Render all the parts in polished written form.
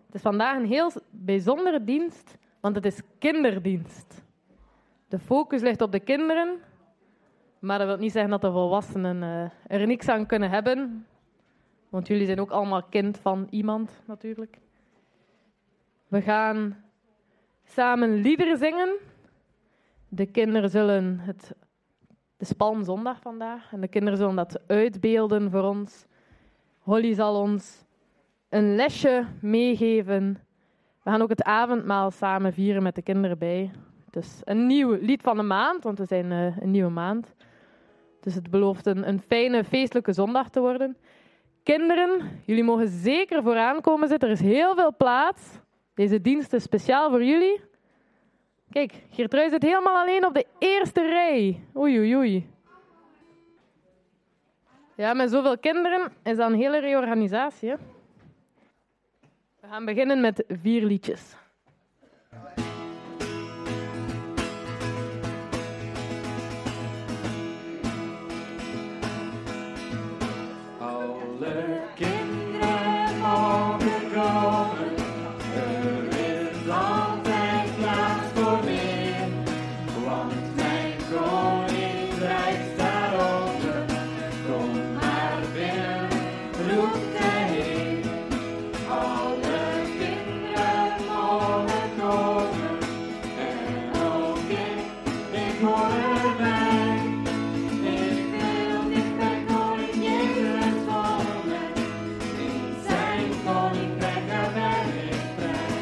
Het is vandaag een heel bijzondere dienst, want het is kinderdienst. De focus ligt op de kinderen, maar dat wil niet zeggen dat de volwassenen er niks aan kunnen hebben. Want jullie zijn ook allemaal kind van iemand, natuurlijk. We gaan samen liederen zingen. De kinderen zullen het is Palmzondag vandaag en de kinderen zullen dat uitbeelden voor ons. Holly zal ons een lesje meegeven. We gaan ook het avondmaal samen vieren met de kinderen bij. Dus een nieuw lied van de maand, want we zijn een nieuwe maand. Dus het belooft een fijne, feestelijke zondag te worden. Kinderen, jullie mogen zeker vooraan komen zitten. Er is heel veel plaats. Deze dienst is speciaal voor jullie. Kijk, Geertrui zit helemaal alleen op de eerste rij. Oei, oei, oei. Ja, met zoveel kinderen is dat een hele reorganisatie, hè? We gaan beginnen met 4 liedjes. Alle kinderen mogen komen. Er is altijd plaats voor meer. Want mijn koninkrijk staat open. Kom maar binnen, roept de Heer. Alle kinderen mogen komen. En ook ik hoor erbij. Ik wil dicht bij koning Jezus wonen. In zijn koninkrijk daar ben ik vrij.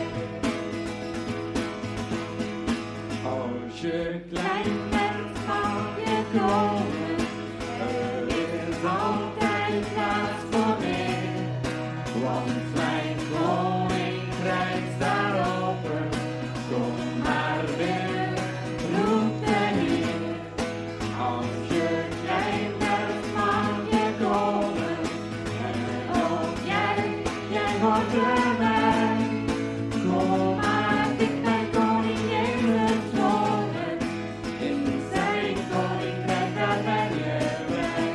Als je klein bent, mag je komen. Er is altijd plaats voor meer. Want mijn koninkrijk staat open. Kom maar binnen, roept de Heer. Als je klein bent, mag je komen. En ook jij hoort erbij. Kom maar dicht bij koning Jezus wonen. In zijn koninkrijk, daar ben je bij.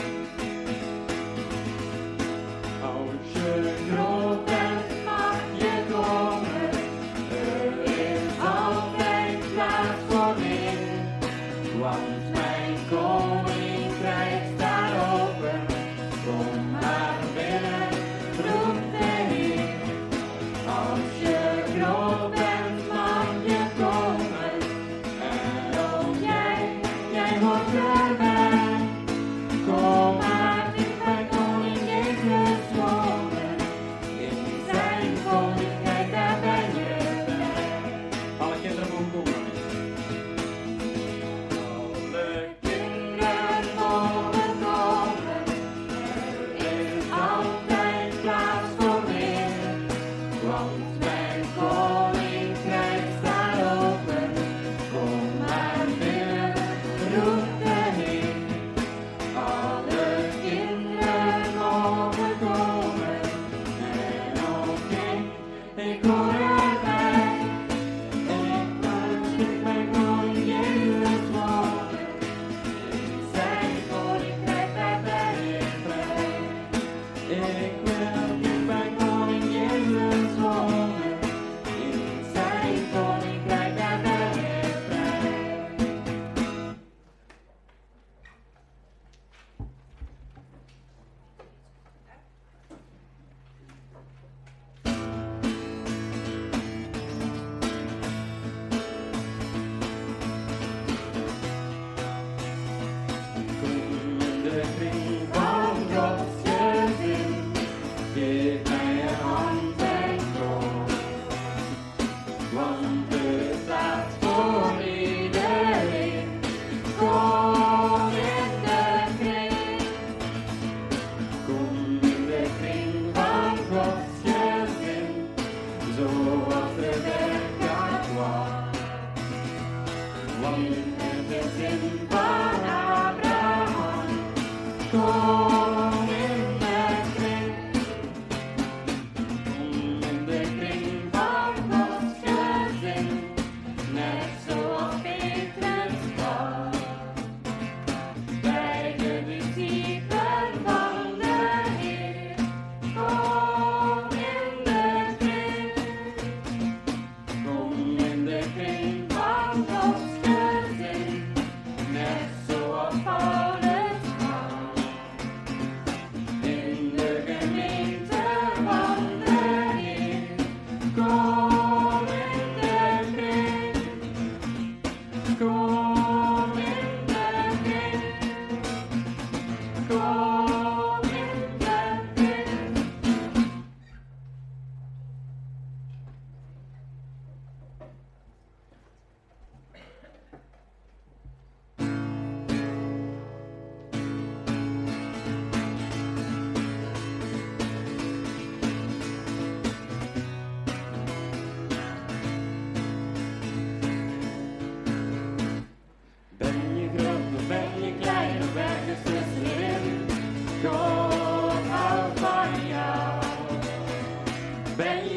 Als je groot bent, mag je komen. Er is altijd plaats voor meer. Want mijn koninkrijk staat open. Kom maar binnen, roept de Heer.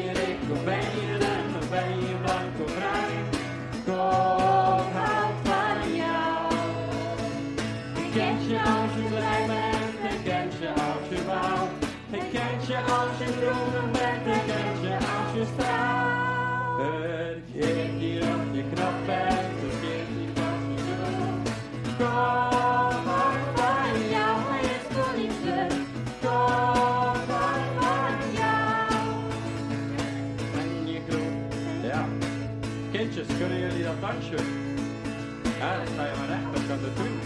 je dik of ben je dun of ben je blank of bruin? God houdt van jou. Hij kent je als je blij bent, hij kent je als je baalt. Hij kent je als je droevig bent, hij kent je als je straalt. Het geeft niet of je knap bent, het geeft niet wat je doet. God houdt van jou, hij is voor liefde. God houdt van jou. En je groet, ja. Kindjes, kunnen jullie dat dansje? Ja, dan sta je maar recht, dat kan het doen.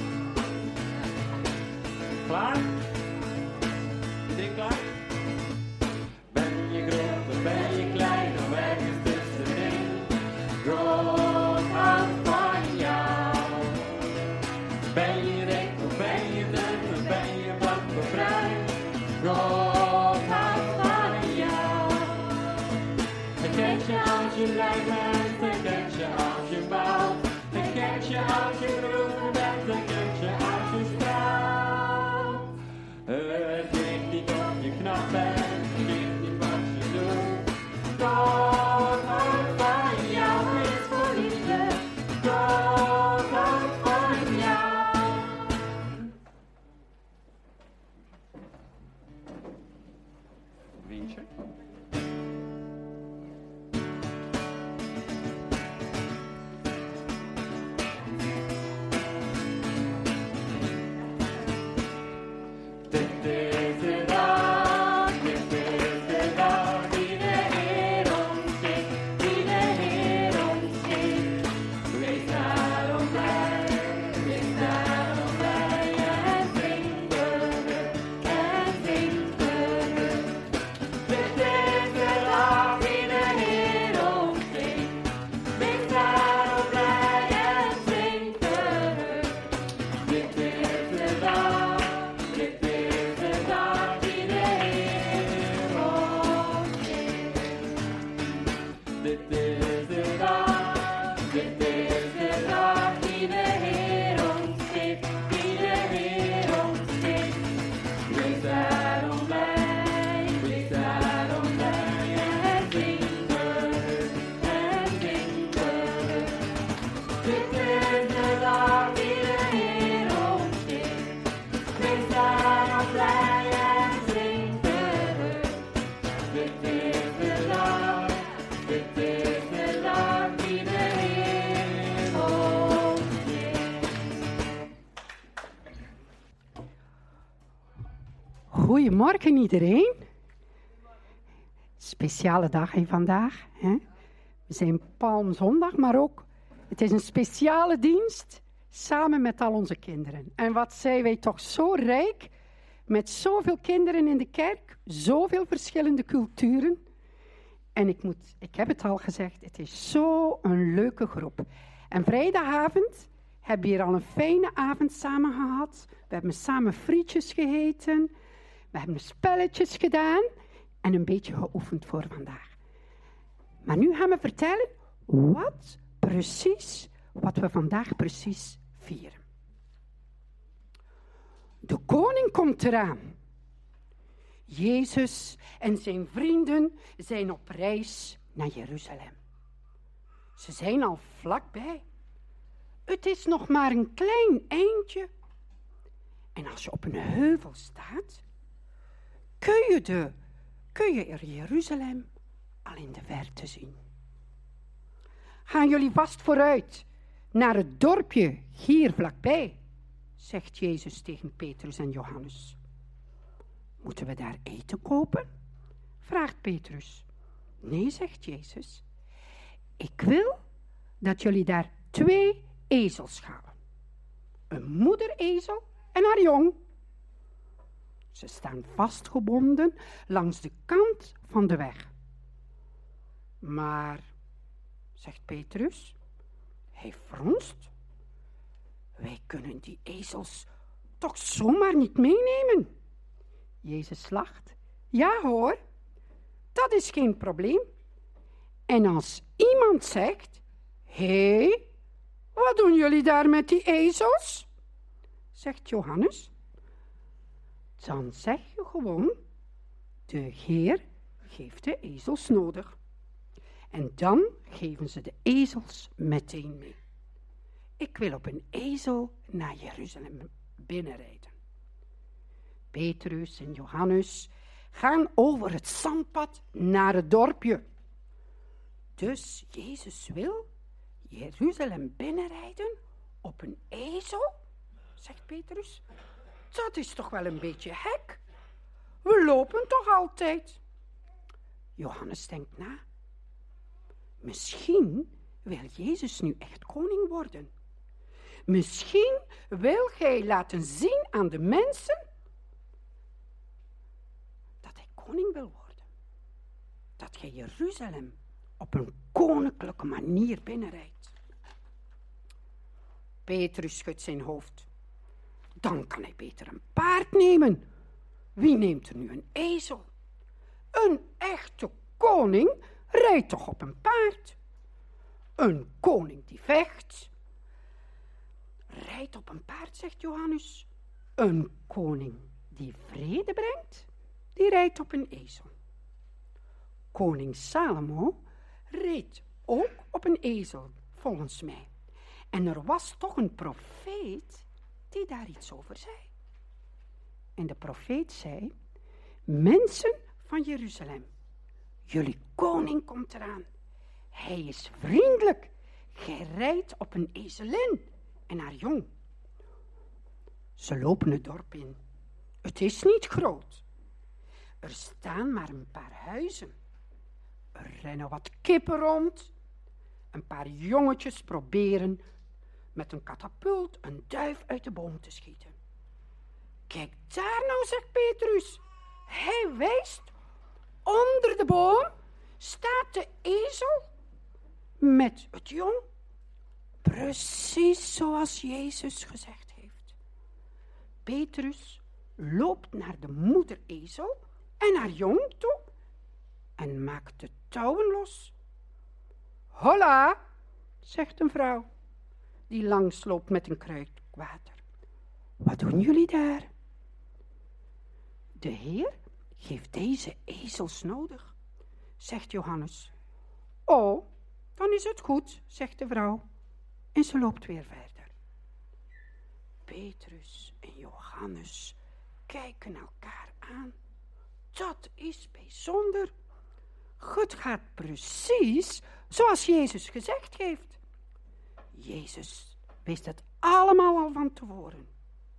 Klaar? Iedereen klaar? Ben je groot of ben je klein of ergens tussenin? God houdt van jou. Ben je dik of ben je dun of ben je blank of bruin? God houdt van jou. Hij kent je als je blij bent, hij kent je als je baalt. Hij kent je als je droevig bent, hij kent je als je straalt. Het geeft niet of je knap bent, het geeft niet wat je doet. God houdt van jou, hij is voor liefde. God houdt van jou. Windje. Dit is de dag die de Heer ons geeft, die de Heer ons geeft. Wees daarom blij en zing geluk en zing geluk. Dit is de dag die de Heer ons geeft. Wees daarom blij en zing geluk. Dit is de dag. Dit is de dag die de Heer ons geeft. Dit is de dag die de Heer ons geeft, die de Heer ons geeft. Wees daarom blij en zing geluk en zing geluk. Dit is de dag die de Heer ons geeft. Wees daarom blij en zing geluk. Dit is de dag die de Heer ons geeft. Goedemorgen iedereen. Speciale dag hè, vandaag. Hè? We zijn Palmzondag, maar ook het is een speciale dienst samen met al onze kinderen. En wat zijn wij toch zo rijk met zoveel kinderen in de kerk, zoveel verschillende culturen. En ik heb het al gezegd, het is zo een leuke groep. En vrijdagavond hebben we hier al een fijne avond samen gehad. We hebben samen frietjes gegeten. We hebben spelletjes gedaan en een beetje geoefend voor vandaag. Maar nu gaan we vertellen wat we vandaag precies vieren. De koning komt eraan. Jezus en zijn vrienden zijn op reis naar Jeruzalem. Ze zijn al vlakbij. Het is nog maar een klein eindje. En als je op een heuvel staat, kun je Jeruzalem al in de verte zien. Gaan jullie vast vooruit naar het dorpje hier vlakbij, zegt Jezus tegen Petrus en Johannes. Moeten we daar eten kopen? Vraagt Petrus. Nee, zegt Jezus. Ik wil dat jullie daar 2 ezels halen. Een moederezel en haar jong. Ze staan vastgebonden langs de kant van de weg. Maar, zegt Petrus, hij fronst. Wij kunnen die ezels toch zomaar niet meenemen. Jezus lacht. Ja hoor, dat is geen probleem. En als iemand zegt, hé, wat doen jullie daar met die ezels? Zegt Johannes. Dan zeg je gewoon, de Heer heeft de ezels nodig. En dan geven ze de ezels meteen mee. Ik wil op een ezel naar Jeruzalem binnenrijden. Petrus en Johannes gaan over het zandpad naar het dorpje. Dus Jezus wil Jeruzalem binnenrijden op een ezel, zegt Petrus. Dat is toch wel een beetje gek? We lopen toch altijd? Johannes denkt na. Misschien wil Jezus nu echt koning worden. Misschien wil hij laten zien aan de mensen dat hij koning wil worden. Dat hij Jeruzalem op een koninklijke manier binnenrijdt. Petrus schudt zijn hoofd. Dan kan hij beter een paard nemen. Wie neemt er nu een ezel? Een echte koning rijdt toch op een paard? Een koning die vecht rijdt op een paard, zegt Johannes. Een koning die vrede brengt, die rijdt op een ezel. Koning Salomo reed ook op een ezel, volgens mij. En er was toch een profeet die daar iets over zei. En de profeet zei: mensen van Jeruzalem, jullie koning komt eraan. Hij is vriendelijk. Gij rijdt op een ezelin en haar jong. Ze lopen het dorp in. Het is niet groot. Er staan maar een paar huizen. Er rennen wat kippen rond. Een paar jongetjes proberen met een katapult een duif uit de boom te schieten. Kijk daar nou, zegt Petrus. Hij wijst. Onder de boom staat de ezel met het jong. Precies zoals Jezus gezegd heeft. Petrus loopt naar de moederezel en haar jong toe en maakt de touwen los. Hola, zegt een vrouw die langsloopt met een kruik water. Wat doen jullie daar? De Heer heeft deze ezels nodig, zegt Johannes. Oh, dan is het goed, zegt de vrouw. En ze loopt weer verder. Petrus en Johannes kijken elkaar aan. Dat is bijzonder. Het gaat precies zoals Jezus gezegd heeft. Jezus wist het allemaal al van tevoren.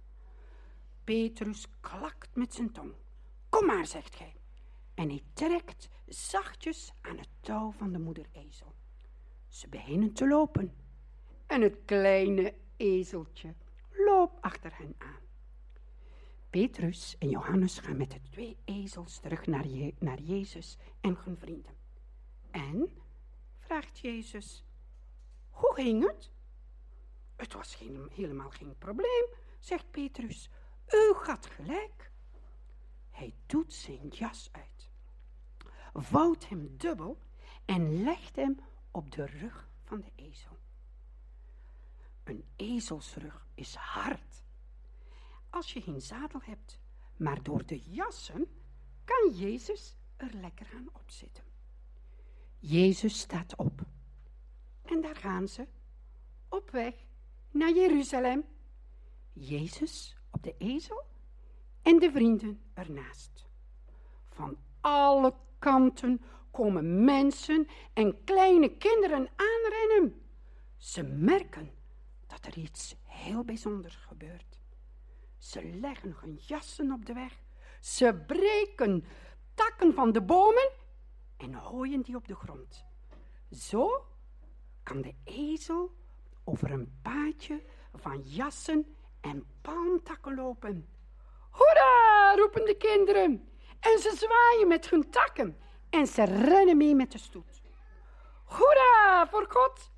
Petrus klakt met zijn tong. Kom maar, zegt hij. En hij trekt zachtjes aan het touw van de moederezel. Ze beginnen te lopen. En het kleine ezeltje loopt achter hen aan. Petrus en Johannes gaan met de 2 ezels terug naar Jezus en hun vrienden. En, vraagt Jezus, hoe ging het? Het was helemaal geen probleem, zegt Petrus. U had gelijk. Hij doet zijn jas uit, vouwt hem dubbel en legt hem op de rug van de ezel. Een ezelsrug is hard. Als je geen zadel hebt, maar door de jassen kan Jezus er lekker aan opzitten. Jezus staat op. En daar gaan ze, op weg naar Jeruzalem. Jezus op de ezel en de vrienden ernaast. Van alle kanten komen mensen en kleine kinderen aanrennen. Ze merken dat er iets heel bijzonders gebeurt. Ze leggen hun jassen op de weg. Ze breken takken van de bomen en gooien die op de grond. Zo kan de ezel over een paadje van jassen en palmtakken lopen. Hoera, roepen de kinderen. En ze zwaaien met hun takken en ze rennen mee met de stoet. Hoera, voor God.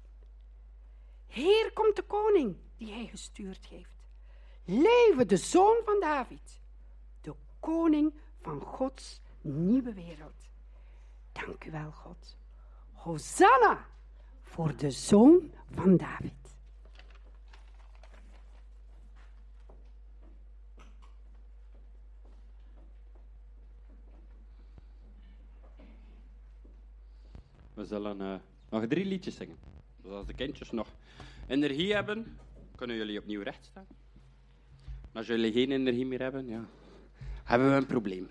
Hier komt de koning die hij gestuurd heeft. Leven de zoon van David, de koning van Gods nieuwe wereld. Dank u wel, God. Hosanna voor de zoon van David. We zullen nog 3 liedjes zingen. Dus als de kindjes nog energie hebben, kunnen jullie opnieuw recht staan. En als jullie geen energie meer hebben, ja, hebben we een probleem.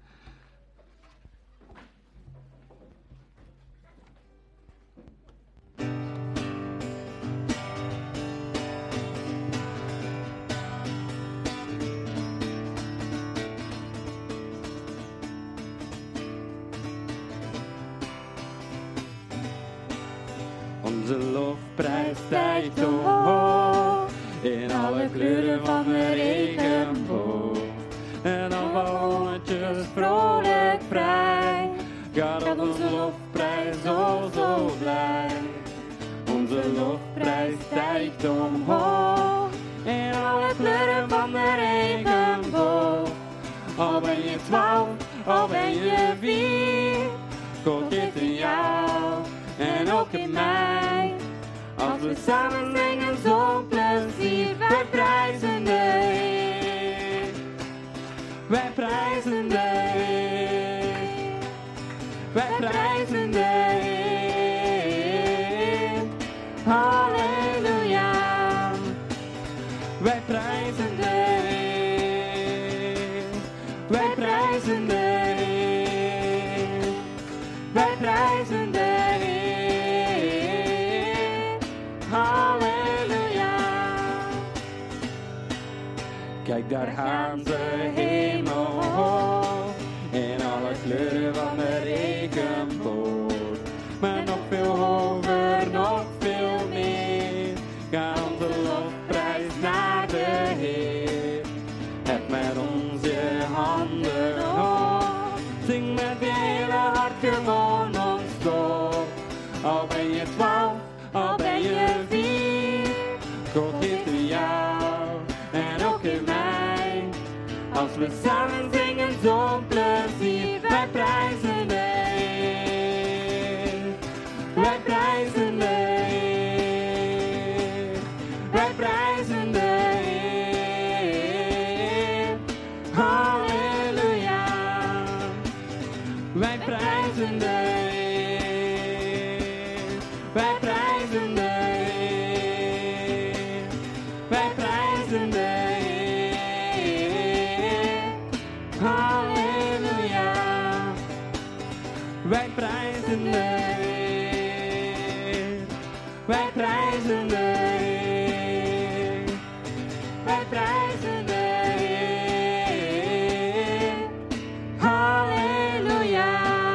Onze lofprijs stijgt omhoog, in alle kleuren van de regenboog. En al ballonnetjes vrolijk vrij, gaat onze lofprijs zo blij. Onze lofprijs stijgt omhoog, in alle kleuren van de regenboog. Al ben je 12, al ben je 4, God is in jou en ook in mij. Als we samen zingen zo'n plezier, wij prijzen de Heer. Wij prijzen de Heer. Wij prijzen de Heer. Halleluja. Wij prijzen de Heer. Wij prijzen de Heer. Wij prijzen de Heer. Halleluja. Kijk, daar gaan ze hemel hoog, in alle kleuren van de regenboog. Maar nog veel hoger, nog veel meer, gaat onze lofprijs naar de Heer. Heb met ons je handen hoog, zing met je hele hart gewoon non-stop. Al ben je 12, al ben je 4, God is in jou en ook in mij. Als we samen zingen zo'n plezier, wij prijzen de Heer. Wij prijzen de Heer. Wij prijzen de Heer. Halleluja. Wij prijzen de Heer. Wij prijzen de Heer. Wij prijzen de Heer. Halleluja. Wij prijzen de Heer. Wij prijzen de Heer. Wij prijzen de Heer. Halleluja.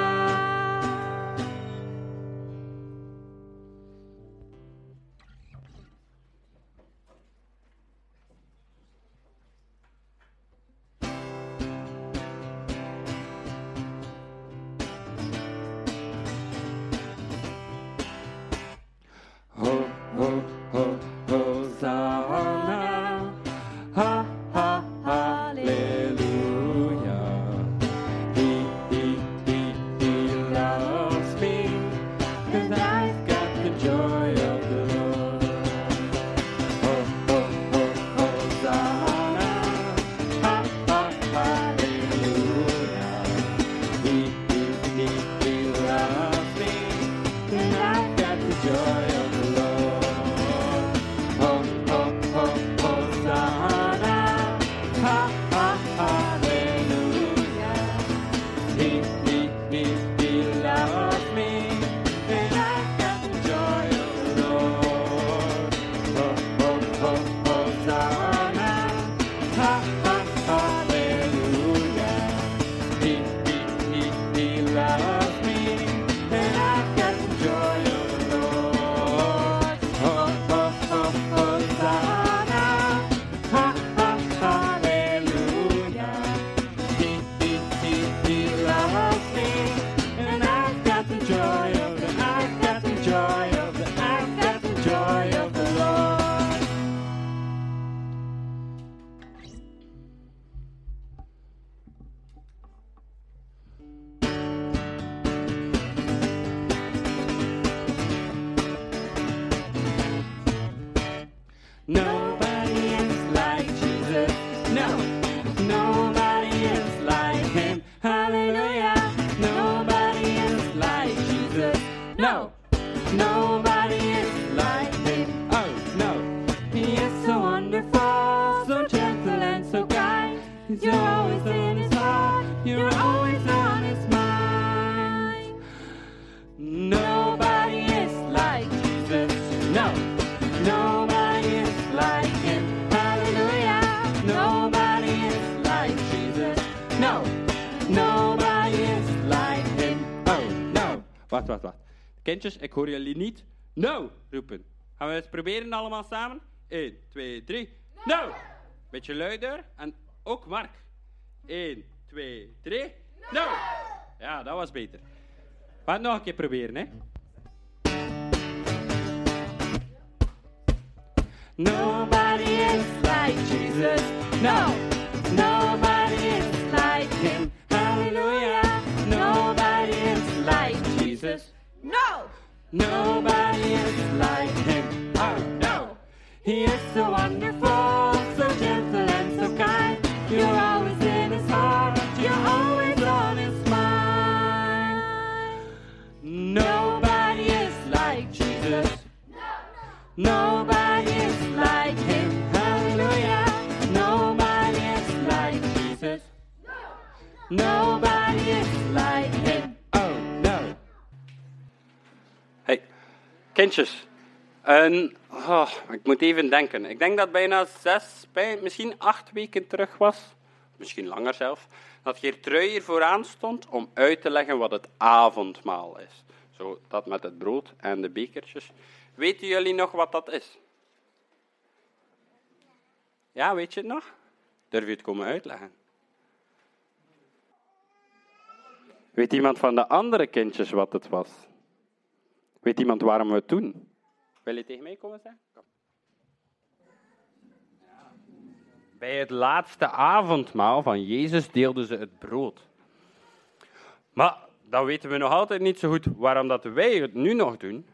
Ho, ho, ho, Hosanna. Ha, ha, hallelujah. He loves me, 'cause I've got the joy of the Lord. Ho, ho, ho, Hosanna. Ha, ha, hallelujah. He loves me, 'cause I've got the joy of the Lord. Ho, ho, ho, Hosanna. Ha, ha, hallelujah. He loves me, and I've got the joy of the Lord. Ho, ho, ho, Hosanna. Ha, ha, hallelujah. He loves me, and I've got the joy of the Lord. Ho, ho, ho, Hosanna. Ha, ha, hallelujah. He loves me, and I've got the joy of the, I've got the joy of the, I've got the joy of the Lord. Nobody is like Jesus. No, nobody is like him. Hallelujah. Nobody is like Jesus. no. Nobody is like him. Oh, no. He is so wonderful, so gentle and so kind. You're always in his heart, you're always on his mind. Nobody is like Jesus. No. Nobody is like him. Hallelujah. Nobody is like Jesus. No. Nobody is like him. Oh, no. Wacht. Kindjes, ik hoor jullie niet no roepen. Gaan we eens proberen allemaal samen? 1, 2, 3. No! Beetje luider. En ook Mark. 1, 2, 3. No! Ja, dat was beter. We gaan het nog een keer proberen, hè. Nobody is like Jesus. No. Nobody is like him. Hallelujah. Nobody is like Jesus. No! Nobody is like him. Oh, no. He is so wonderful, so gentle and so kind. You're always in his heart, you're always on his mind. Nobody is like Jesus. Nobody is like him. Hallelujah. Nobody is like Jesus. Nobody is like him. Oh, no. Hey, kindjes. Ik moet even denken. Ik denk dat bijna 6, misschien 8 weken terug was. Misschien langer zelf. Dat Geertrui hier vooraan stond om uit te leggen wat het avondmaal is. Zo, dat met het brood en de bekertjes. Weten jullie nog wat dat is? Ja, weet je het nog? Durf je het komen uitleggen? Weet iemand van de andere kindjes wat het was? Weet iemand waarom we het doen? Wil je tegen mij komen zeggen? Kom. Bij het laatste avondmaal van Jezus deelden ze het brood. Maar dan weten we nog altijd niet zo goed waarom dat wij het nu nog doen.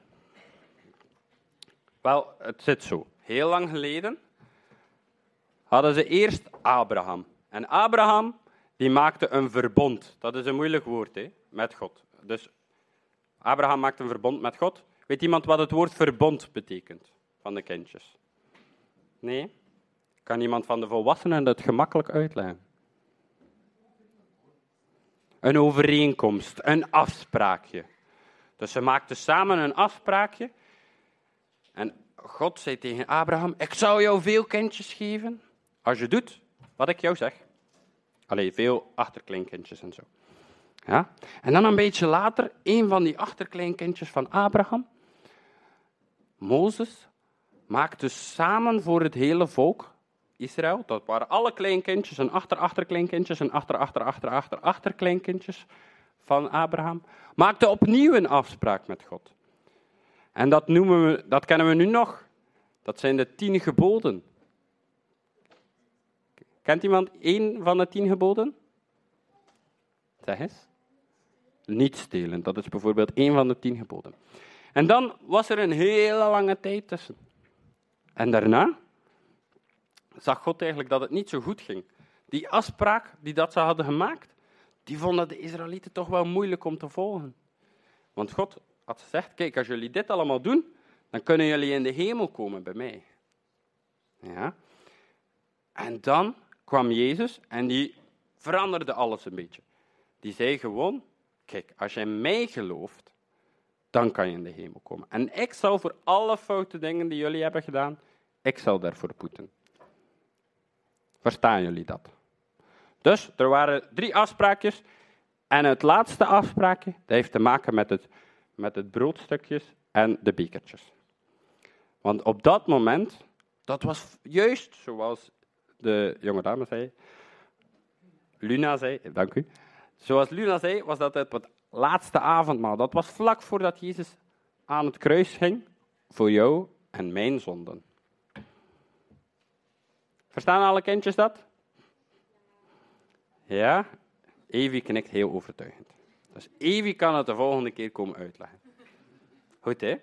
Wel, het zit zo. Heel lang geleden hadden ze eerst Abraham. En Abraham die maakte een verbond. Dat is een moeilijk woord, hè, met God. Dus Abraham maakte een verbond met God. Weet iemand wat het woord verbond betekent van de kindjes? Nee? Kan iemand van de volwassenen dat gemakkelijk uitleggen? Een overeenkomst, een afspraakje. Dus ze maakten samen een afspraakje. En God zei tegen Abraham, ik zou jou veel kindjes geven als je doet wat ik jou zeg. Allee, veel achterkleinkindjes en zo. Ja? En dan een beetje later, een van die achterkleinkindjes van Abraham, Mozes, maakte samen voor het hele volk Israël, dat waren alle kleinkindjes en achterkleinkindjes en achterkleinkindjes van Abraham, maakte opnieuw een afspraak met God. En dat kennen we nu nog. Dat zijn de 10 geboden. Kent iemand 1 van de 10 geboden? Zeg eens. Niet stelen, dat is bijvoorbeeld 1 van de 10 geboden. En dan was er een hele lange tijd tussen. En daarna zag God eigenlijk dat het niet zo goed ging. Die afspraak die dat ze hadden gemaakt, die vonden de Israëlieten toch wel moeilijk om te volgen. Want God had gezegd, kijk, als jullie dit allemaal doen, dan kunnen jullie in de hemel komen bij mij. Ja. En dan kwam Jezus en die veranderde alles een beetje. Die zei gewoon, kijk, als jij mij gelooft, dan kan je in de hemel komen. En ik zal voor alle foute dingen die jullie hebben gedaan, ik zal daarvoor boeten. Verstaan jullie dat? Dus er waren 3 afspraakjes. En het laatste afspraakje, dat heeft te maken met het broodstukjes en de bekertjes. Want op dat moment, dat was juist zoals de jonge dame zei, Luna zei, dank u. Zoals Luna zei, was dat het laatste avondmaal. Dat was vlak voordat Jezus aan het kruis ging voor jou en mijn zonden. Verstaan alle kindjes dat? Ja? Evie knikt heel overtuigend. Dus Evie kan het de volgende keer komen uitleggen. Goed, hè?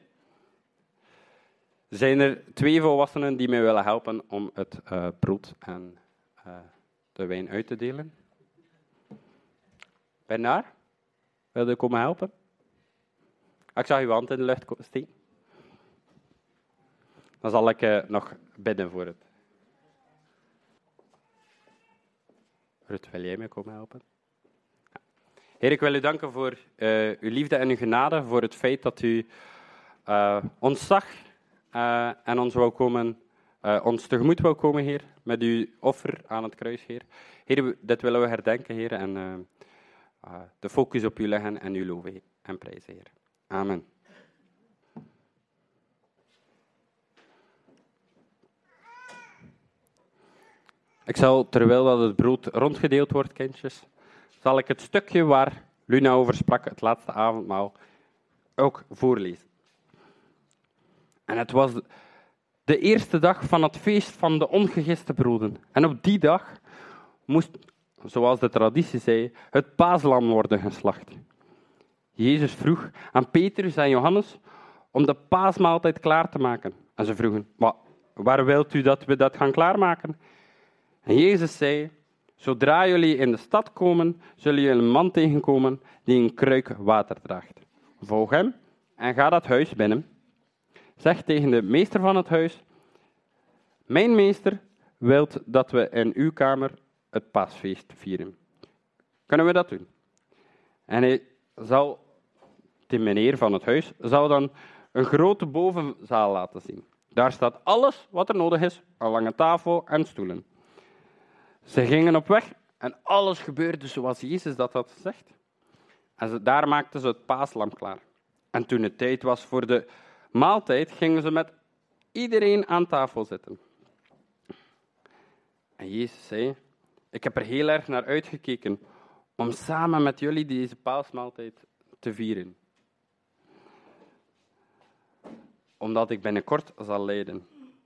Zijn er 2 volwassenen die mij willen helpen om het brood en de wijn uit te delen? Bernard? Wil je komen helpen? Ik zag uw hand in de lucht steken. Dan zal ik nog bidden voor het. Ruud, wil jij mij komen helpen? Ja. Heer, ik wil u danken voor uw liefde en uw genade, voor het feit dat u ons zag en ons tegemoet wou komen, Heer, met uw offer aan het kruis, Heer. Heer, dit willen we herdenken, Heer, en de focus op u leggen en u loven en prijzen, Heer. Amen. Ik zal, terwijl dat het brood rondgedeeld wordt, kindjes, zal ik het stukje waar Luna over sprak, het laatste avondmaal, ook voorlezen. En het was de eerste dag van het feest van de ongegiste broden. En op die dag moest, zoals de traditie zei, het paaslam worden geslacht. Jezus vroeg aan Petrus en Johannes om de paasmaaltijd klaar te maken. En ze vroegen, maar waar wilt u dat we dat gaan klaarmaken? En Jezus zei, zodra jullie in de stad komen, zullen jullie een man tegenkomen die een kruik water draagt. Volg hem en ga dat huis binnen. Zeg tegen de meester van het huis, mijn meester wilt dat we in uw kamer het paasfeest vieren. Kunnen we dat doen? En de meneer van het huis zal dan een grote bovenzaal laten zien. Daar staat alles wat er nodig is, een lange tafel en stoelen. Ze gingen op weg en alles gebeurde zoals Jezus dat had gezegd. En daar maakten ze het paaslam klaar. En toen het tijd was voor de maaltijd, gingen ze met iedereen aan tafel zitten. En Jezus zei, ik heb er heel erg naar uitgekeken om samen met jullie deze paasmaaltijd te vieren. Omdat ik binnenkort zal lijden.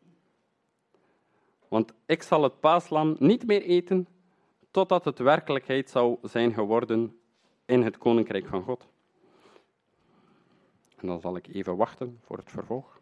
Want ik zal het paaslam niet meer eten, totdat het werkelijkheid zal zijn geworden in het Koninkrijk van God. En dan zal ik even wachten voor het vervolg.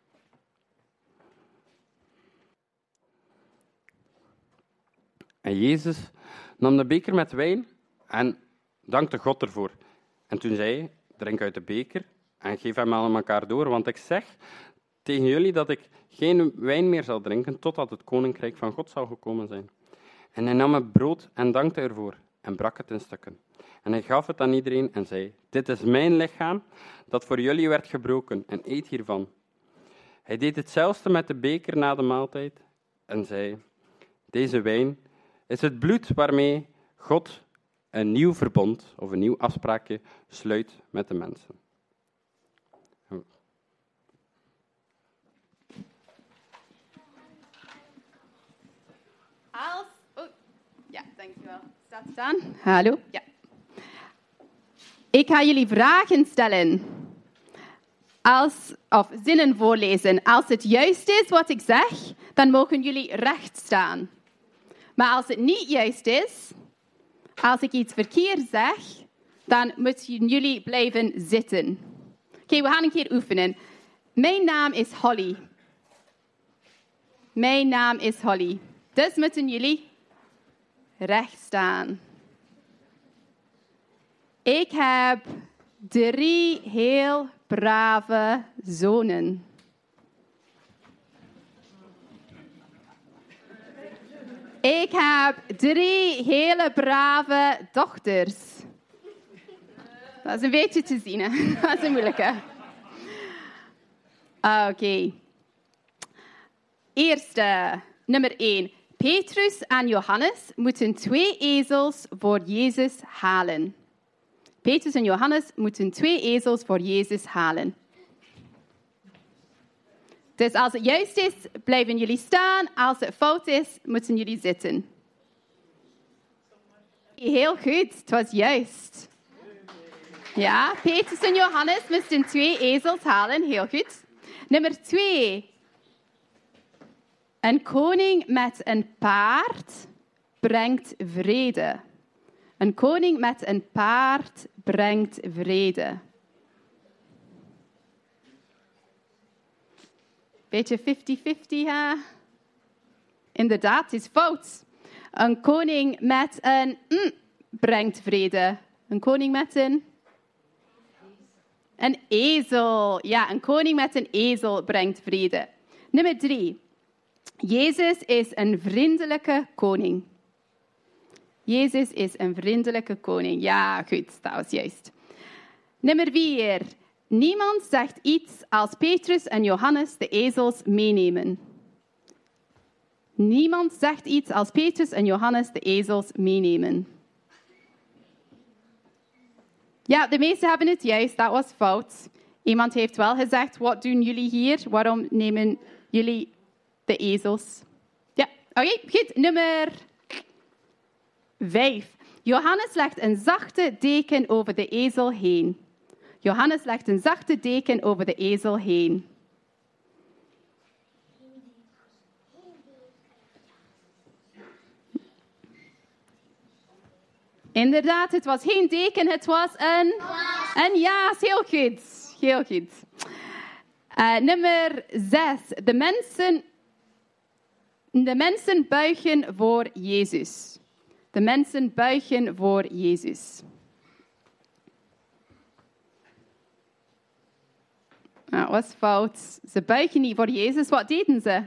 En Jezus nam de beker met wijn en dankte God ervoor. En toen zei hij, drink uit de beker en geef hem aan elkaar door, want ik zeg tegen jullie dat ik geen wijn meer zal drinken totdat het Koninkrijk van God zal gekomen zijn. En hij nam het brood en dankte ervoor en brak het in stukken. En hij gaf het aan iedereen en zei, dit is mijn lichaam dat voor jullie werd gebroken en eet hiervan. Hij deed hetzelfde met de beker na de maaltijd en zei, deze wijn is het bloed waarmee God een nieuw verbond of een nieuw afspraakje sluit met de mensen. Ja, dankjewel. Staat het aan? Hallo? Ja. Ik ga jullie vragen stellen. Of zinnen voorlezen. Als het juist is wat ik zeg, dan mogen jullie recht staan. Maar als het niet juist is, als ik iets verkeerd zeg, dan moeten jullie blijven zitten. Oké, we gaan een keer oefenen. Mijn naam is Holly. Mijn naam is Holly. Dus moeten jullie recht staan. Ik heb 3 heel brave zonen. Ik heb 3 hele brave dochters. Dat is een beetje te zien, hè? Dat is een moeilijke. Oké. Eerste, nummer 1. Petrus en Johannes moeten 2 ezels voor Jezus halen. Petrus en Johannes moeten 2 ezels voor Jezus halen. Dus als het juist is, blijven jullie staan. Als het fout is, moeten jullie zitten. Heel goed, het was juist. Ja, Petrus en Johannes moesten 2 ezels halen. Heel goed. Nummer 2. Een koning met een paard brengt vrede. Een koning met een paard brengt vrede. Beetje 50-50, hè? Inderdaad, het is fout. Een koning met een brengt vrede. Een koning met een Een ezel. Ja, een koning met een ezel brengt vrede. Nummer 3. Jezus is een vriendelijke koning. Jezus is een vriendelijke koning. Ja, goed, dat was juist. Nummer 4. Niemand zegt iets als Petrus en Johannes de ezels meenemen. Niemand zegt iets als Petrus en Johannes de ezels meenemen. Ja, de meesten hebben het juist, dat was fout. Iemand heeft wel gezegd, wat doen jullie hier? Waarom nemen jullie de ezels? Ja, oké, goed. Nummer 5. Johannes legt een zachte deken over de ezel heen. Johannes legt een zachte deken over de ezel heen. Inderdaad, het was geen deken, het was een jas. Heel goed, heel goed. Nummer 6. De mensen buigen voor Jezus. De mensen buigen voor Jezus. Dat was fout. Ze buigen niet voor Jezus. Wat deden ze?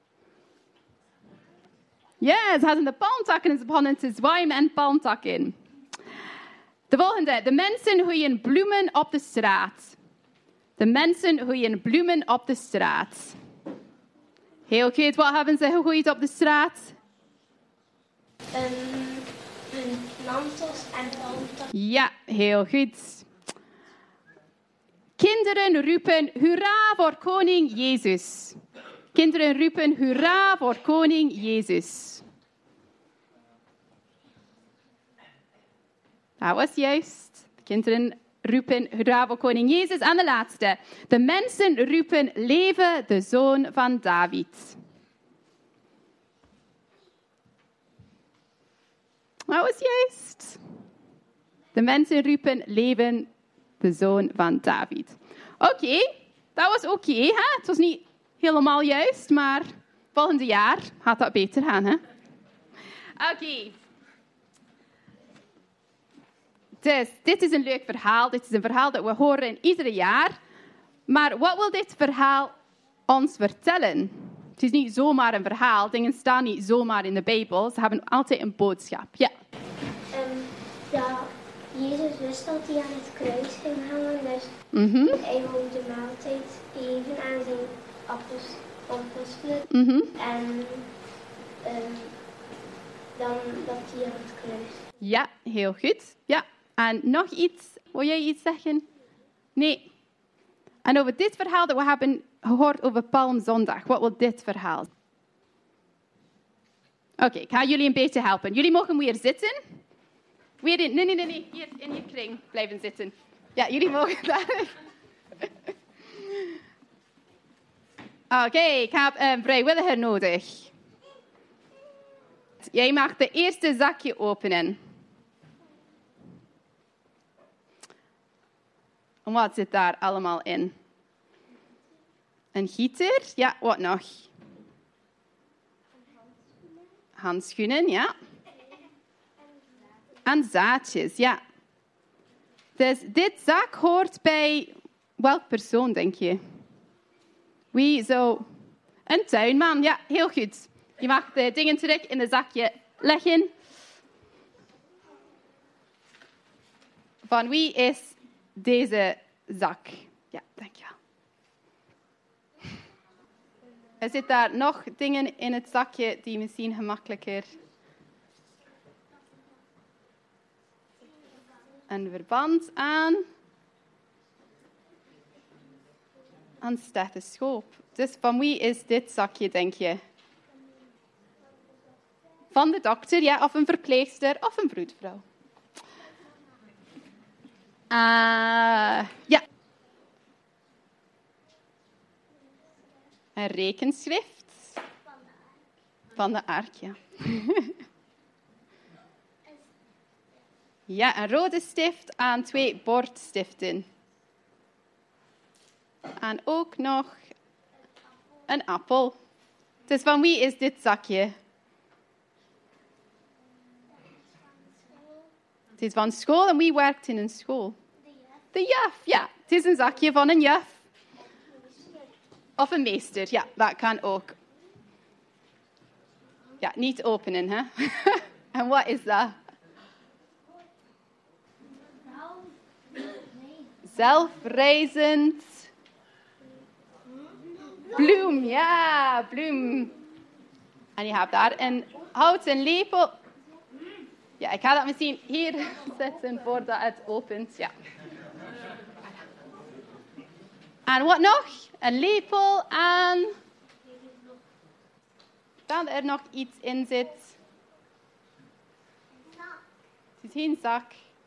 Ja, ze hadden de palmtakken en ze begonnen te zwaaien en palmtakken. De volgende. De mensen gooien bloemen op de straat. De mensen gooien bloemen op de straat. Heel goed. Wat hebben ze gegooid op de straat? Hun mantels en palmtakken. Ja, heel goed. Kinderen roepen hoera voor koning Jezus. Kinderen roepen hoera voor koning Jezus. Dat was juist. De kinderen roepen hoera voor koning Jezus. En de laatste. De mensen roepen leven de zoon van David. Dat was juist. De mensen roepen leven de zoon van David. Oké, dat was oké. Het was niet helemaal juist, maar volgende jaar gaat dat beter gaan. Oké. Dus, dit is een leuk verhaal. Dit is een verhaal dat we horen ieder jaar. Maar wat wil dit verhaal ons vertellen? Het is niet zomaar een verhaal. Dingen staan niet zomaar in de Bijbel. Ze hebben altijd een boodschap. Ja. Ja, Jezus wist dat hij aan het kruis ging hangen. Dus hij wou de maaltijd geven aan zijn apostelen. En dan dat hij aan het kruis. Ja, heel goed. Ja. En nog iets? Wil jij iets zeggen? Nee. En over dit verhaal dat we hebben gehoord over Palmzondag. Wat wil dit verhaal? Oké, ik ga jullie een beetje helpen. Jullie mogen weer zitten. Weer in, nee. Hier in je kring blijven zitten. Ja, jullie mogen daar. Oké, ik heb een vrijwilliger nodig. Jij mag de eerste zakje openen. En wat zit daar allemaal in? Een gieter? Ja, wat nog? Handschoenen, ja. En zaadjes, ja. Dus dit zak hoort bij welk persoon, denk je? Wie zo? Een tuinman, ja, heel goed. Je mag de dingen terug in het zakje leggen. Van wie is deze zak? Ja, dankjewel. Er zitten daar nog dingen in het zakje die misschien gemakkelijker... Een verband aan. Een stethoscoop. Dus van wie is dit zakje, denk je? Van de dokter, ja, of een verpleegster, of een vroedvrouw. Ja. Een rekenschrift. Van de ark, ja. Ja, een rode stift aan 2 bordstiften. En ook nog een appel. Dus van wie is dit zakje? Het is van school en wie werkt in een school? De juf, ja. Het is een zakje van een juf. Of een meester, ja, dat kan ook. Ja, niet openen, hè. En wat is dat? Zelfreizend. Bloem, ja, bloem. En je hebt daar een houten lepel. Ja, ik ga dat misschien hier zetten voordat het opent. Ja. En wat nog? Een lepel en... Dan er nog iets in zit. Het is geen zak.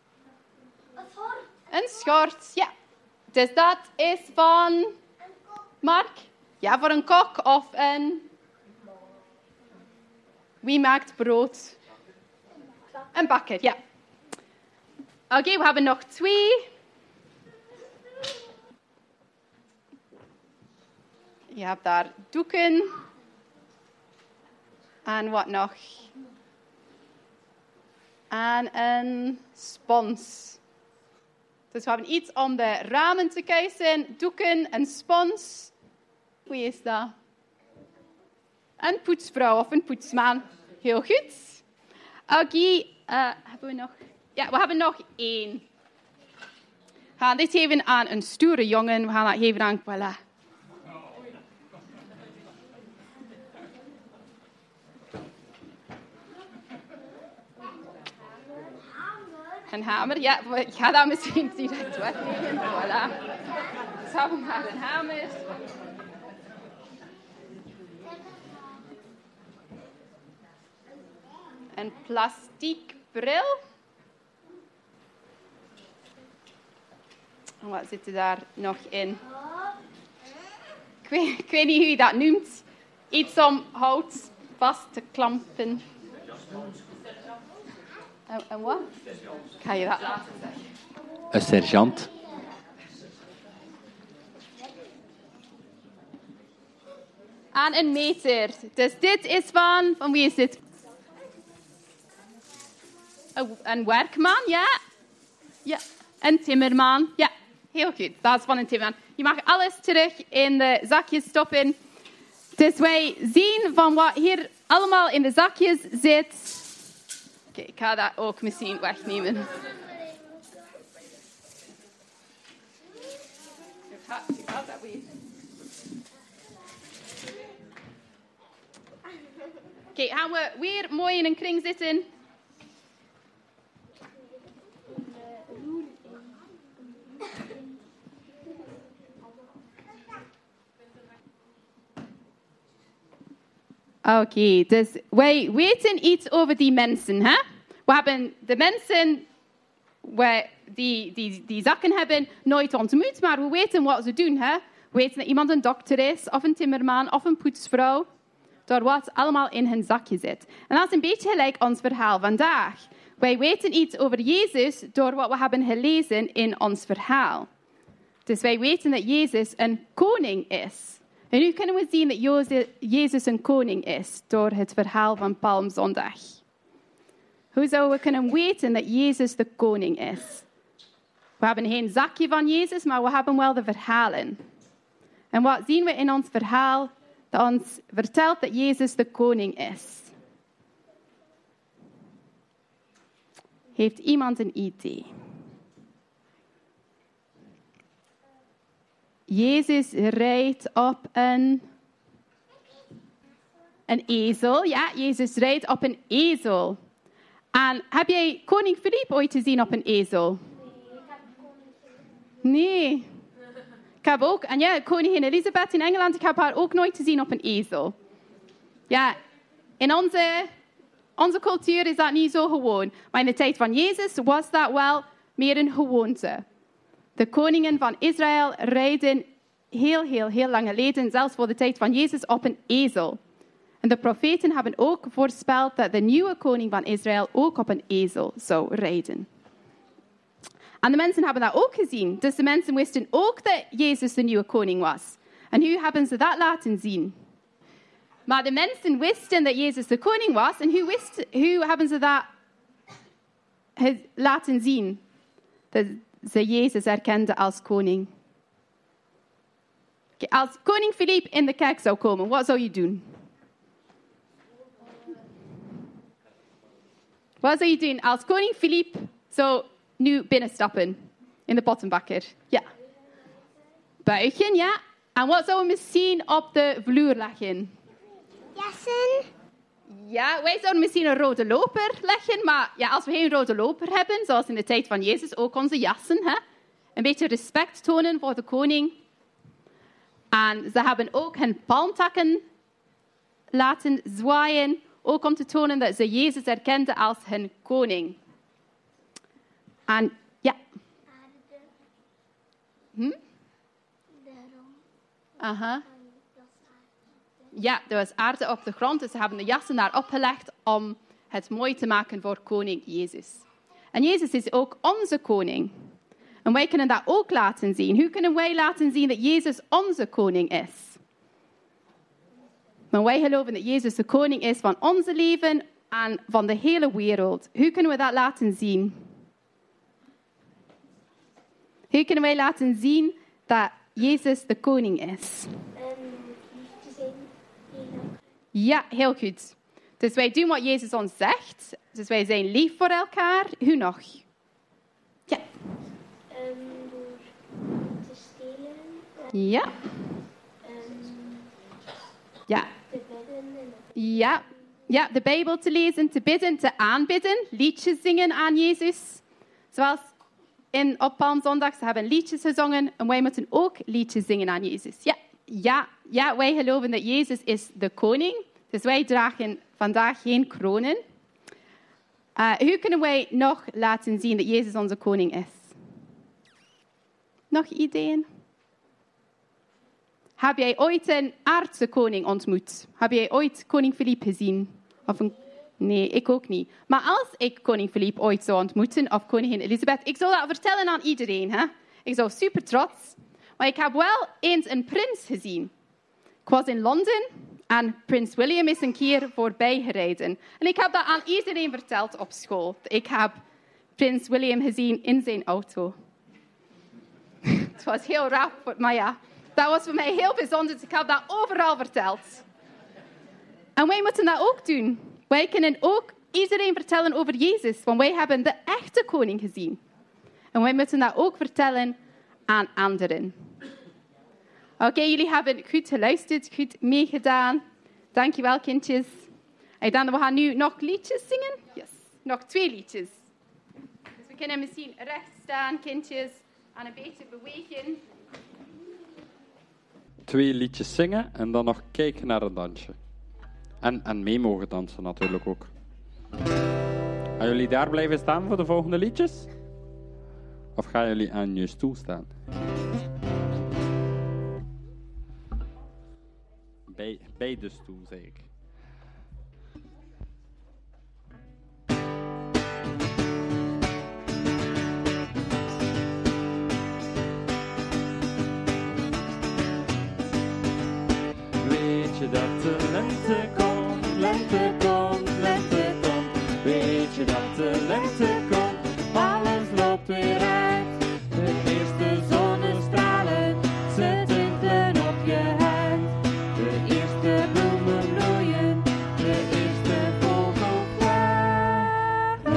Een schort, ja. Dus dat is van... Mark? Ja, voor een kok of een... Wie maakt brood? Een bakker, ja. Oké, we hebben nog 2. Je hebt daar doeken. En wat nog? En een spons. Dus we hebben iets om de ramen te kuisen. Doeken, een spons. Wie is dat? Een poetsvrouw of een poetsman. Heel goed. Oké, hebben we nog... Ja, we hebben nog 1. We gaan dit geven aan een stoere jongen. We gaan dat geven aan... Voilà. Een hamer, ja. Ik ga dat misschien direct wegnemen. Voilà. Dus hebben we maar een hamer. Een plastiek bril. En wat zit er daar nog in? Ik weet niet hoe je dat noemt. Iets om hout vast te klampen. En wat? Ga je dat laten zeggen? Een sergeant. Aan een meter. Dus dit is van wie is dit? Een werkman, ja. Ja. Een timmerman, ja. Heel goed, dat is van een timmerman. Je mag alles terug in de zakjes stoppen. Dus wij zien van wat hier allemaal in de zakjes zit. Oké, ik ga dat ook misschien wegnemen. Oké, gaan we weer mooi in een kring zitten. Oké, dus wij weten iets over die mensen. Hè? We hebben de mensen die zakken hebben nooit ontmoet, maar we weten wat ze doen. Hè? We weten dat iemand een dokter is, of een timmerman, of een poetsvrouw. Door wat allemaal in hun zakje zit. En dat is een beetje gelijk ons verhaal vandaag. Wij weten iets over Jezus door wat we hebben gelezen in ons verhaal. Dus wij weten dat Jezus een koning is. En nu kunnen we zien dat Jezus een koning is door het verhaal van Palmzondag. Hoe zouden we kunnen weten dat Jezus de koning is? We hebben geen zakje van Jezus, maar we hebben wel de verhalen. En wat zien we in ons verhaal dat ons vertelt dat Jezus de koning is? Heeft iemand een idee? Jezus rijdt op een ezel. Ja, Jezus rijdt op een ezel. En heb jij koning Filip ooit gezien op een ezel? Nee. Ik heb ook, en ja, koningin Elisabeth in Engeland, ik heb haar ook nooit gezien op een ezel. Ja, in onze cultuur is dat niet zo gewoon. Maar in de tijd van Jezus was dat wel meer een gewoonte. De koningen van Israël rijden heel lang geleden, zelfs voor de tijd van Jezus, op een ezel. En de profeten hebben ook voorspeld dat de nieuwe koning van Israël ook op een ezel zou rijden. En de mensen hebben dat ook gezien. Dus de mensen wisten ook dat Jezus de nieuwe koning was. En hoe hebben ze dat laten zien? Maar de mensen wisten dat Jezus de koning was. En hoe hebben ze dat laten zien? ze Jezus erkenden als koning. Okay, als koning Filip in de kerk zou komen, wat zou je doen? Wat zou je doen als koning Filip zou nu binnenstappen in de pottenbakker? Ja. Buigen, ja. En wat zouden we misschien op de vloer leggen? Jassen. Ja, wij zouden misschien een rode loper leggen, maar ja, als we geen rode loper hebben, zoals in de tijd van Jezus, ook onze jassen, hè? Een beetje respect tonen voor de koning. En ze hebben ook hun palmtakken laten zwaaien, ook om te tonen dat ze Jezus erkenden als hun koning. En ja. Aha. Ja, er was aarde op de grond, dus ze hebben de jassen daar opgelegd om het mooi te maken voor koning Jezus. En Jezus is ook onze koning. En wij kunnen dat ook laten zien. Hoe kunnen wij laten zien dat Jezus onze koning is? Maar wij geloven dat Jezus de koning is van onze leven en van de hele wereld. Hoe kunnen we dat laten zien? Hoe kunnen wij laten zien dat Jezus de koning is? Ja, heel goed. Dus wij doen wat Jezus ons zegt. Dus wij zijn lief voor elkaar. Hoe nog? Ja. Door te stelen. Ja. Ja. Te bidden. Ja. Ja, de Bijbel te lezen, te bidden, te aanbidden. Liedjes zingen aan Jezus. Zoals op Palmzondag, ze hebben liedjes gezongen. En wij moeten ook liedjes zingen aan Jezus. Ja. Ja, wij geloven dat Jezus is de koning. Dus wij dragen vandaag geen kronen. Hoe kunnen wij nog laten zien dat Jezus onze koning is? Nog ideeën? Heb jij ooit een aardse koning ontmoet? Heb jij ooit koning Filip gezien? Nee, ik ook niet. Maar als ik koning Filip ooit zou ontmoeten, of koningin Elisabeth, ik zou dat vertellen aan iedereen. Hè? Ik zou super trots. Maar ik heb wel eens een prins gezien. Ik was in Londen en prins William is een keer voorbij gereden. En ik heb dat aan iedereen verteld op school. Ik heb prins William gezien in zijn auto. Het was heel raar, maar ja, dat was voor mij heel bijzonder. Dus ik heb dat overal verteld. En wij moeten dat ook doen. Wij kunnen ook iedereen vertellen over Jezus, want wij hebben de echte koning gezien. En wij moeten dat ook vertellen aan anderen. Oké, jullie hebben goed geluisterd, goed meegedaan. Dankjewel, kindjes. En dan, we gaan nu nog liedjes zingen. Yes. Nog 2 liedjes. Dus we kunnen misschien recht staan, kindjes, en een beetje bewegen. 2 liedjes zingen en dan nog kijken naar het dansje. En mee mogen dansen natuurlijk ook. Gaan jullie daar blijven staan voor de volgende liedjes? Of gaan jullie aan je stoel staan? Bij de stoel, zeg ik. Weet je dat de lente komt, lente komt, lente komt. Weet je dat de lente komt, alles loopt weer uit. De eerste zonnestralen, ze tintelen op je huid. De eerste bloemen bloeien, de eerste vogel fluit.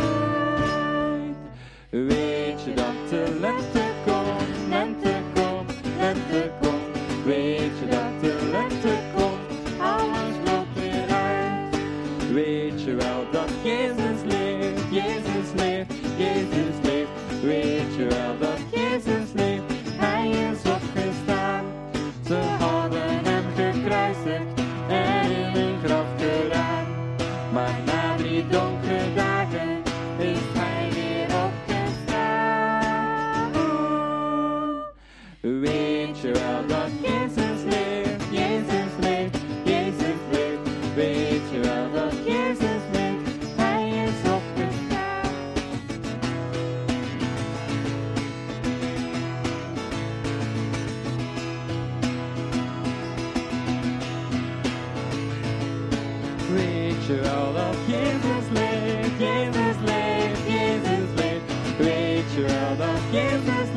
Weet je dat de lente komt, lente komt, lente komt. Weet je dat de lente komt, alles loopt weer uit. Weet je wel dat Jezus leeft, Jezus leeft, Jezus leeft. Weet je wel dat Jezus leeft, Hij is opgestaan. Ze hadden hem gekruisigd en in een graf gedaan. Maar na 3 donkere dagen is Hij weer opgestaan. Weet je wel dat Jezus leeft, Jezus leeft, Jezus leeft. Weet je wel dat Jezus leeft, Hij is opgestaan. Weet je wel dat Jezus leeft, Jezus leeft, Jezus leeft. Weet je wel dat Jezus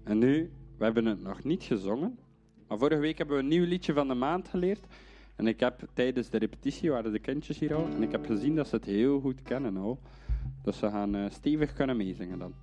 En nu, we hebben het nog niet gezongen, maar vorige week hebben we een nieuw liedje van de maand geleerd. En ik heb tijdens de repetitie, waren de kindjes hier al, en ik heb gezien dat ze het heel goed kennen al. Dus ze gaan stevig kunnen meezingen dan.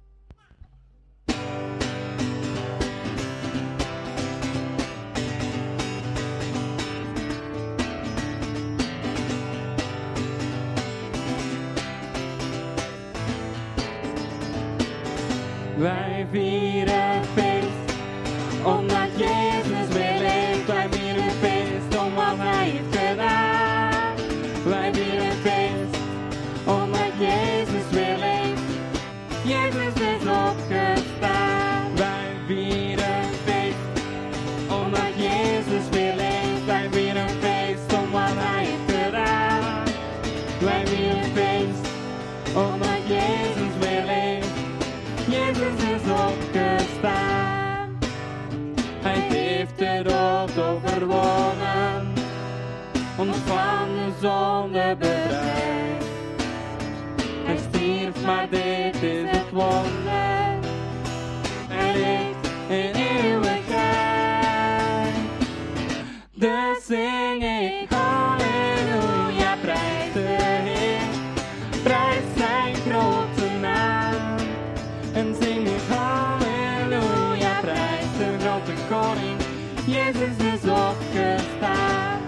Wij vieren feest, omdat Jezus weer leeft. Wij vieren feest, om wat Hij heeft gedaan. Wij vieren feest, omdat Jezus weer leeft. Jezus is opgestaan. Wij vieren feest, omdat Jezus weer leeft. Wij vieren feest, om wat Hij heeft gedaan. Wij vieren feest, omdat Jezus weer leeft. Jezus is opgestaan. Hij heeft de dood overwonnen, ons van de zonde bevrijd. Hij stierf, maar dit is het wonder. Hij leeft in eeuwigheid. Dus zing ik halleluja, prijs de Heer, prijs zijn grote naam. En zing ik halleluja, prijs de grote koning, Jezus is opgestaan.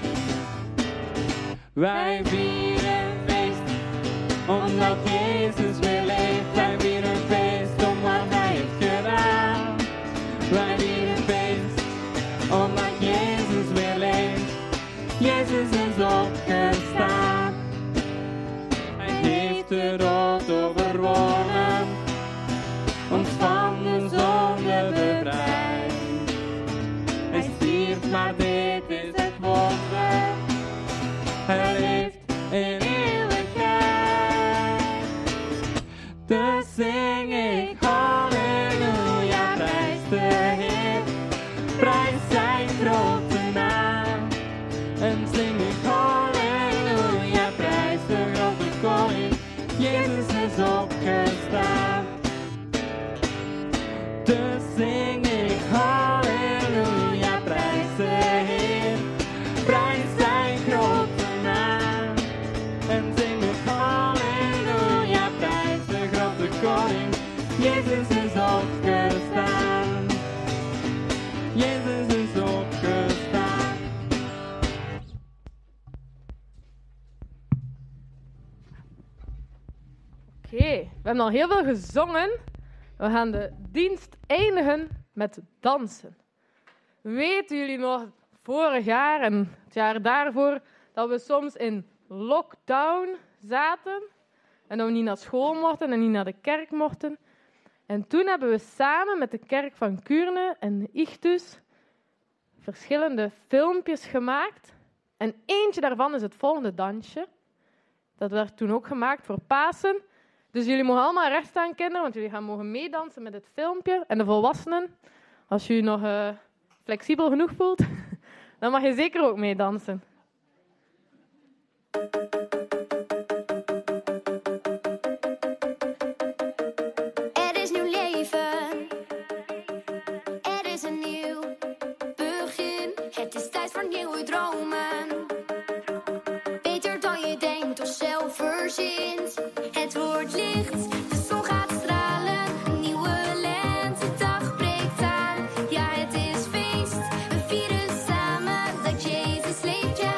Wij vieren feest, omdat Jezus weer leeft. Wij vieren feest, om wat Hij heeft gedaan. Wij vieren feest, omdat Jezus weer leeft. Jezus is opgestaan. Hij heeft de dood overwonnen, ons van de zonde bevrijd. Hij stierf, maar dit is het wonder. Hij leeft in eeuwigheid. Dus zing ik halleluja, prijs de Heer, prijs zijn grote naam. En zing ik halleluja, prijs de grote koning, Jezus is opgestaan. Dus zing ik halleluja, prijs de Heer, prijs zijn grote naam. En zing ik halleluja, prijs de grote koning, Jezus is opgestaan. Jezus is opgestaan. Oké, we hebben al heel veel gezongen. We gaan de dienst eindigen met dansen. Weten jullie nog, vorig jaar en het jaar daarvoor, dat we soms in lockdown zaten en dat we niet naar school mochten en niet naar de kerk mochten? En toen hebben we samen met de kerk van Kuurne en Ichthus verschillende filmpjes gemaakt. En eentje daarvan is het volgende dansje. Dat werd toen ook gemaakt voor Pasen. Dus jullie mogen allemaal recht staan, kinderen, want jullie gaan mogen meedansen met het filmpje. En de volwassenen, als je je nog flexibel genoeg voelt, dan mag je zeker ook meedansen. Er is nieuw leven. Er is een nieuw begin. Het is tijd voor nieuwe dromen. Beter dan je denkt of zelf verzint. Het wordt licht, de zon gaat stralen. Een nieuwe lentedag breekt aan. Ja, het is feest. We vieren samen dat Jezus leeft, ja.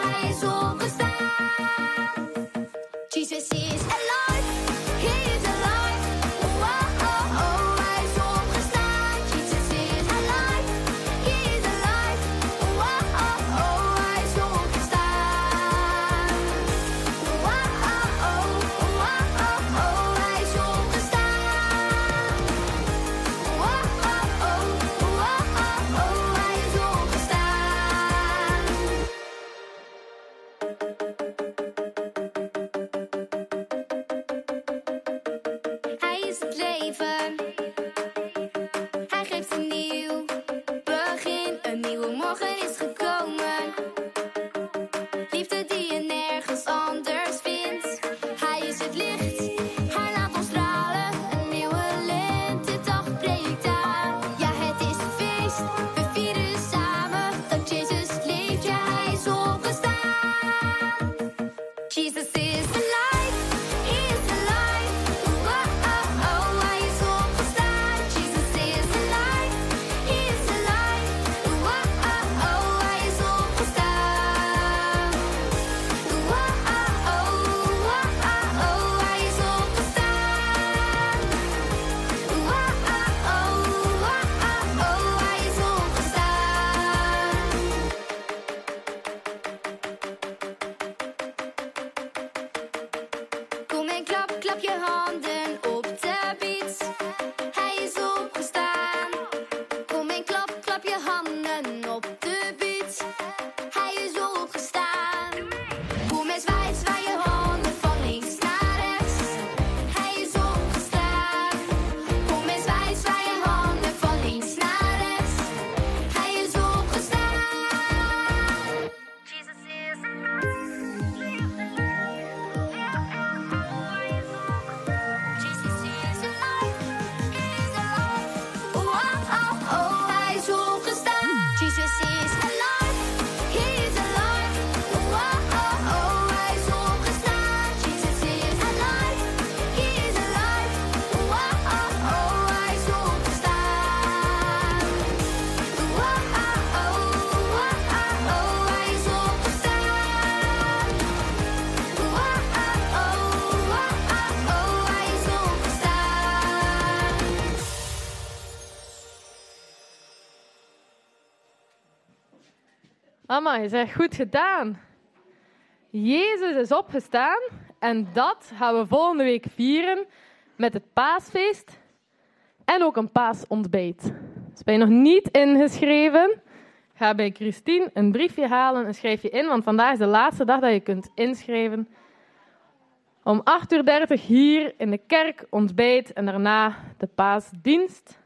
Amai, zeg, goed gedaan. Jezus is opgestaan en dat gaan we volgende week vieren met het paasfeest en ook een paasontbijt. Dus ben je nog niet ingeschreven, ga bij Christine een briefje halen en schrijf je in, want vandaag is de laatste dag dat je kunt inschrijven. Om 8:30 hier in de kerk ontbijt en daarna de paasdienst.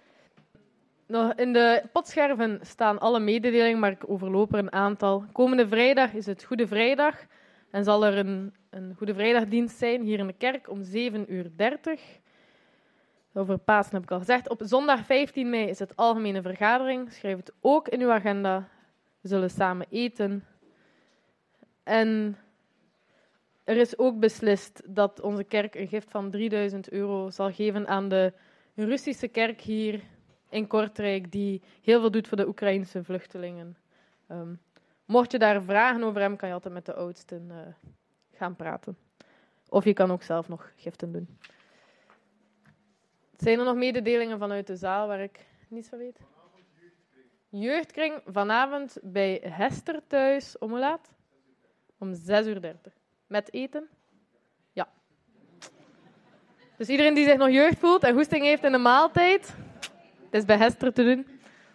In de potscherven staan alle mededelingen, maar ik overloop er een aantal. Komende vrijdag is het Goede Vrijdag en zal er een Goede Vrijdagdienst zijn hier in de kerk om 7:30. Over Pasen heb ik al gezegd. Op zondag 15 mei is het algemene vergadering. Schrijf het ook in uw agenda. We zullen samen eten. En er is ook beslist dat onze kerk een gift van €3000 zal geven aan de Russische kerk hier in Kortrijk, die heel veel doet voor de Oekraïnse vluchtelingen. Mocht je daar vragen over hebben, kan je altijd met de oudsten gaan praten. Of je kan ook zelf nog giften doen. Zijn er nog mededelingen vanuit de zaal waar ik niets van weet? Jeugdkring vanavond bij Hester thuis. Om hoe laat? Om 6:30. Met eten? Ja. Dus iedereen die zich nog jeugd voelt en goesting heeft in de maaltijd, het is bij Hester te doen.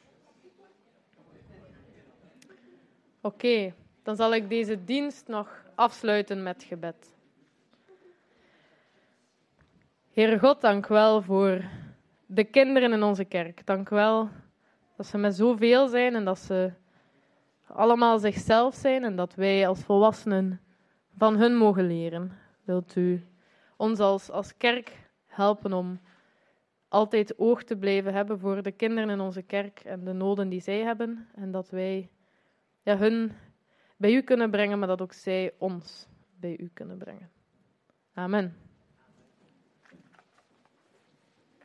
Oké, dan zal ik deze dienst nog afsluiten met gebed. Heere God, dank u wel voor de kinderen in onze kerk. Dank u wel dat ze met zoveel zijn en dat ze allemaal zichzelf zijn en dat wij als volwassenen van hun mogen leren. Wilt u ons als kerk helpen om altijd oog te blijven hebben voor de kinderen in onze kerk en de noden die zij hebben. En dat wij hun bij u kunnen brengen, maar dat ook zij ons bij u kunnen brengen. Amen.